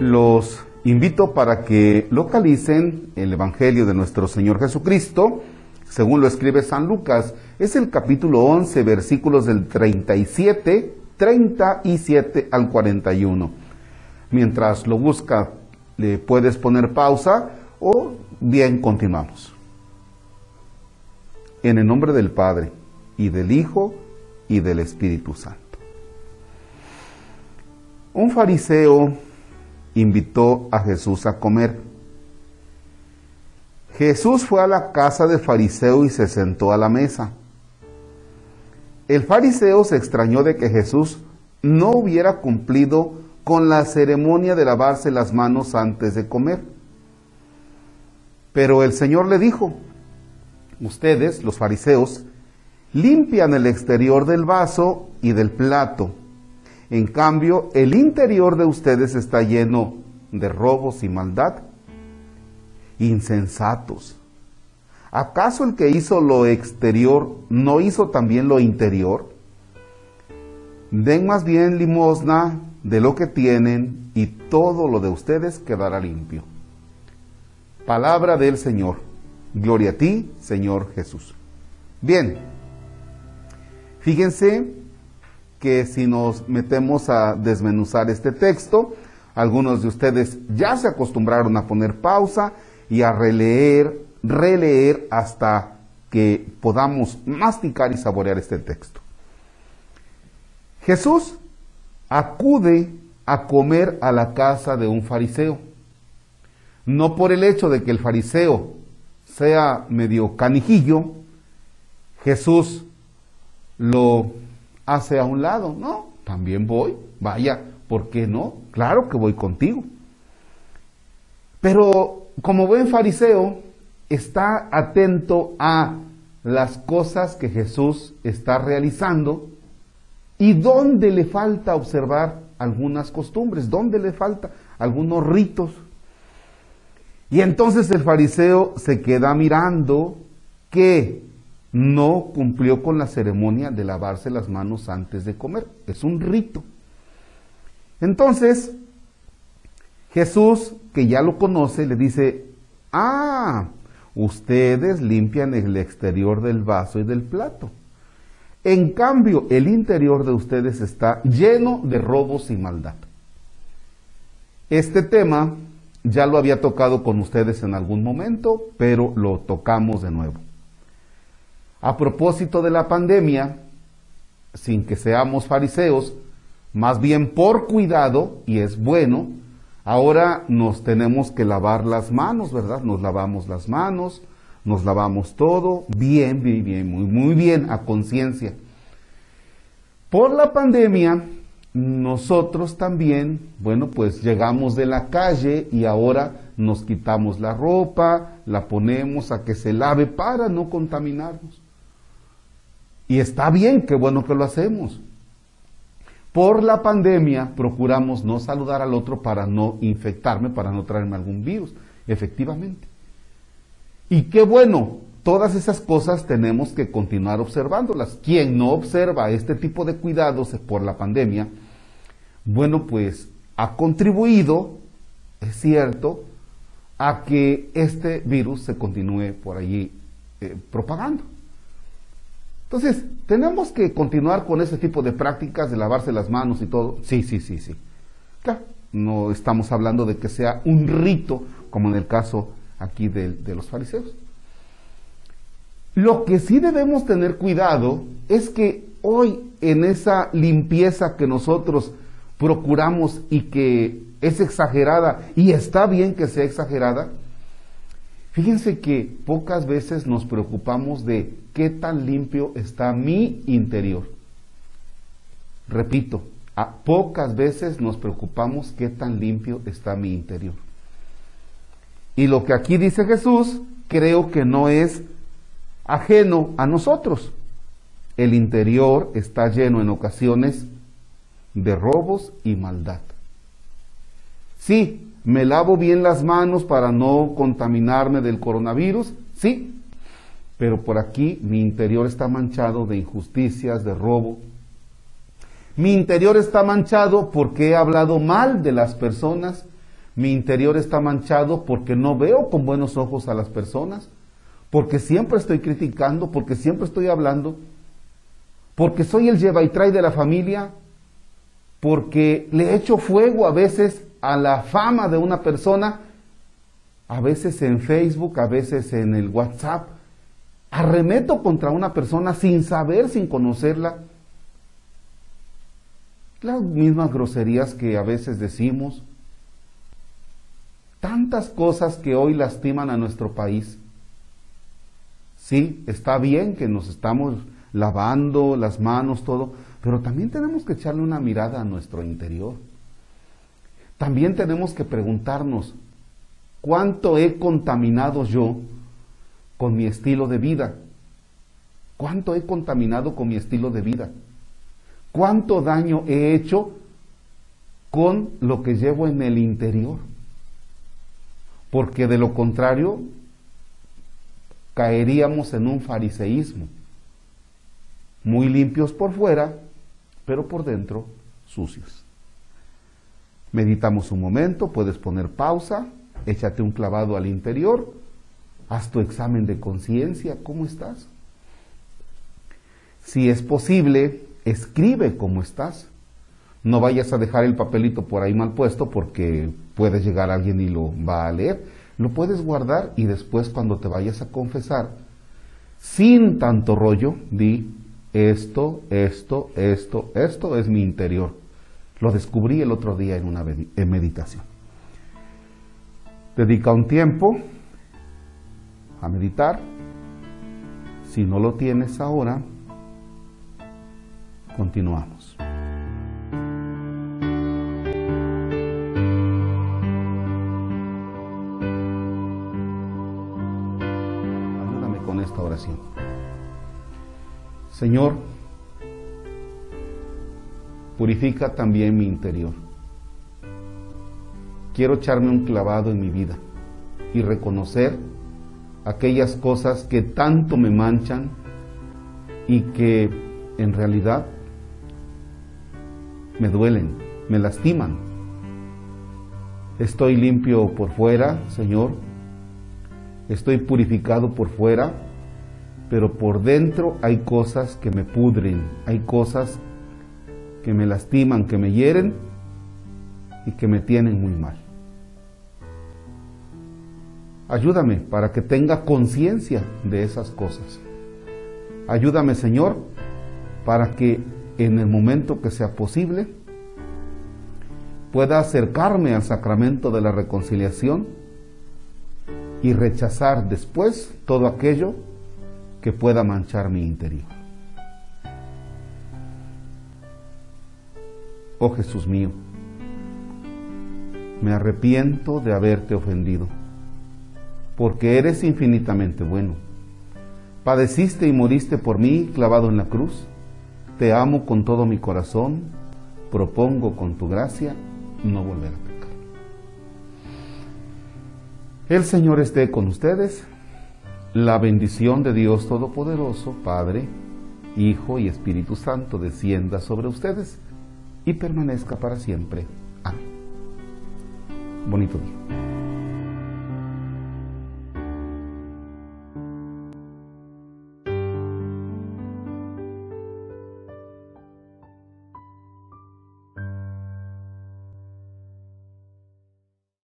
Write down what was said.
Los invito para que localicen el Evangelio de nuestro Señor Jesucristo, según lo escribe San Lucas. Es el capítulo 11, versículos del 37 al 41. Mientras lo busca, le puedes poner pausa o bien continuamos. En el nombre del Padre, y del Hijo, y del Espíritu Santo. Un fariseo invitó a Jesús a comer. Jesús fue a la casa del fariseo y se sentó a la mesa. El fariseo se extrañó de que Jesús no hubiera cumplido con la ceremonia de lavarse las manos antes de comer. Pero el Señor le dijo: ustedes, los fariseos, limpian el exterior del vaso y del plato. En cambio, el interior de ustedes está lleno de robos y maldad. Insensatos. ¿Acaso el que hizo lo exterior no hizo también lo interior? Den más bien limosna de lo que tienen y todo lo de ustedes quedará limpio. Palabra del Señor. Gloria a ti, Señor Jesús. Bien, fíjense que si nos metemos a desmenuzar este texto, algunos de ustedes ya se acostumbraron a poner pausa y a releer hasta que podamos masticar y saborear este texto. Jesús acude a comer a la casa de un fariseo, no por el hecho de que el fariseo sea medio canijillo, Jesús lo hace a un lado. No, también voy, vaya, ¿por qué no? Claro que voy contigo. Pero como buen fariseo, está atento a las cosas que Jesús está realizando y dónde le falta observar algunas costumbres, dónde le falta algunos ritos. Y entonces el fariseo se queda mirando que no cumplió con la ceremonia de lavarse las manos antes de comer. Es un rito. Entonces, Jesús, que ya lo conoce, le dice: ustedes limpian el exterior del vaso y del plato. En cambio, el interior de ustedes está lleno de robos y maldad. Este tema ya lo había tocado con ustedes en algún momento, pero lo tocamos de nuevo. A propósito de la pandemia, sin que seamos fariseos, más bien por cuidado, y es bueno, ahora nos tenemos que lavar las manos, ¿verdad? Nos lavamos las manos, nos lavamos todo, bien, muy bien, a conciencia. Por la pandemia, nosotros también, pues llegamos de la calle y ahora nos quitamos la ropa, la ponemos a que se lave para no contaminarnos. Y está bien, qué bueno que lo hacemos. Por la pandemia procuramos no saludar al otro para no infectarme, para no traerme algún virus, efectivamente. Y qué bueno, todas esas cosas tenemos que continuar observándolas. Quien no observa este tipo de cuidados por la pandemia, pues ha contribuido, es cierto, a que este virus se continúe por allí propagando. Entonces, tenemos que continuar con ese tipo de prácticas de lavarse las manos y todo. Sí. Claro, no estamos hablando de que sea un rito, como en el caso aquí de los fariseos. Lo que sí debemos tener cuidado es que hoy, en esa limpieza que nosotros procuramos y que es exagerada, y está bien que sea exagerada, fíjense que pocas veces nos preocupamos de qué tan limpio está mi interior. Repito, pocas veces nos preocupamos qué tan limpio está mi interior. Y lo que aquí dice Jesús, creo que no es ajeno a nosotros. El interior está lleno en ocasiones de robos y maldad. Sí, me lavo bien las manos para no contaminarme del coronavirus, sí, pero por aquí mi interior está manchado de injusticias, de robo. Mi interior está manchado porque he hablado mal de las personas. Mi interior está manchado porque no veo con buenos ojos a las personas, porque siempre estoy criticando, porque siempre estoy hablando, porque soy el lleva y trae de la familia, porque le echo fuego a veces a la fama de una persona, a veces en Facebook, a veces en el WhatsApp, arremeto contra una persona sin saber, sin conocerla. Las mismas groserías que a veces decimos, tantas cosas que hoy lastiman a nuestro país. Sí, está bien que nos estamos lavando las manos, todo, pero también tenemos que echarle una mirada a nuestro interior. También tenemos que preguntarnos, ¿cuánto he contaminado yo con mi estilo de vida? ¿Cuánto he contaminado con mi estilo de vida? ¿Cuánto daño he hecho con lo que llevo en el interior? Porque de lo contrario, caeríamos en un fariseísmo, muy limpios por fuera, pero por dentro sucios. Meditamos un momento, puedes poner pausa, échate un clavado al interior, haz tu examen de conciencia, ¿cómo estás? Si es posible, escribe cómo estás. No vayas a dejar el papelito por ahí mal puesto porque puede llegar alguien y lo va a leer. Lo puedes guardar y después cuando te vayas a confesar, sin tanto rollo, di esto es mi interior. Lo descubrí el otro día en meditación. Dedica un tiempo a meditar. Si no lo tienes ahora, continuamos. Ayúdame con esta oración. Señor, purifica también mi interior. Quiero echarme un clavado en mi vida y reconocer aquellas cosas que tanto me manchan y que en realidad me duelen, me lastiman. Estoy limpio por fuera, Señor. Estoy purificado por fuera, pero por dentro hay cosas que me pudren, hay cosas que me lastiman, que me hieren y que me tienen muy mal. Ayúdame para que tenga conciencia de esas cosas. Ayúdame, Señor, para que en el momento que sea posible pueda acercarme al sacramento de la reconciliación y rechazar después todo aquello que pueda manchar mi interior. Oh Jesús mío, me arrepiento de haberte ofendido, porque eres infinitamente bueno. Padeciste y moriste por mí clavado en la cruz. Te amo con todo mi corazón. Propongo con tu gracia no volver a pecar. El Señor esté con ustedes. La bendición de Dios Todopoderoso, Padre, Hijo y Espíritu Santo, descienda sobre ustedes y permanezca para siempre. Amén. Bonito día.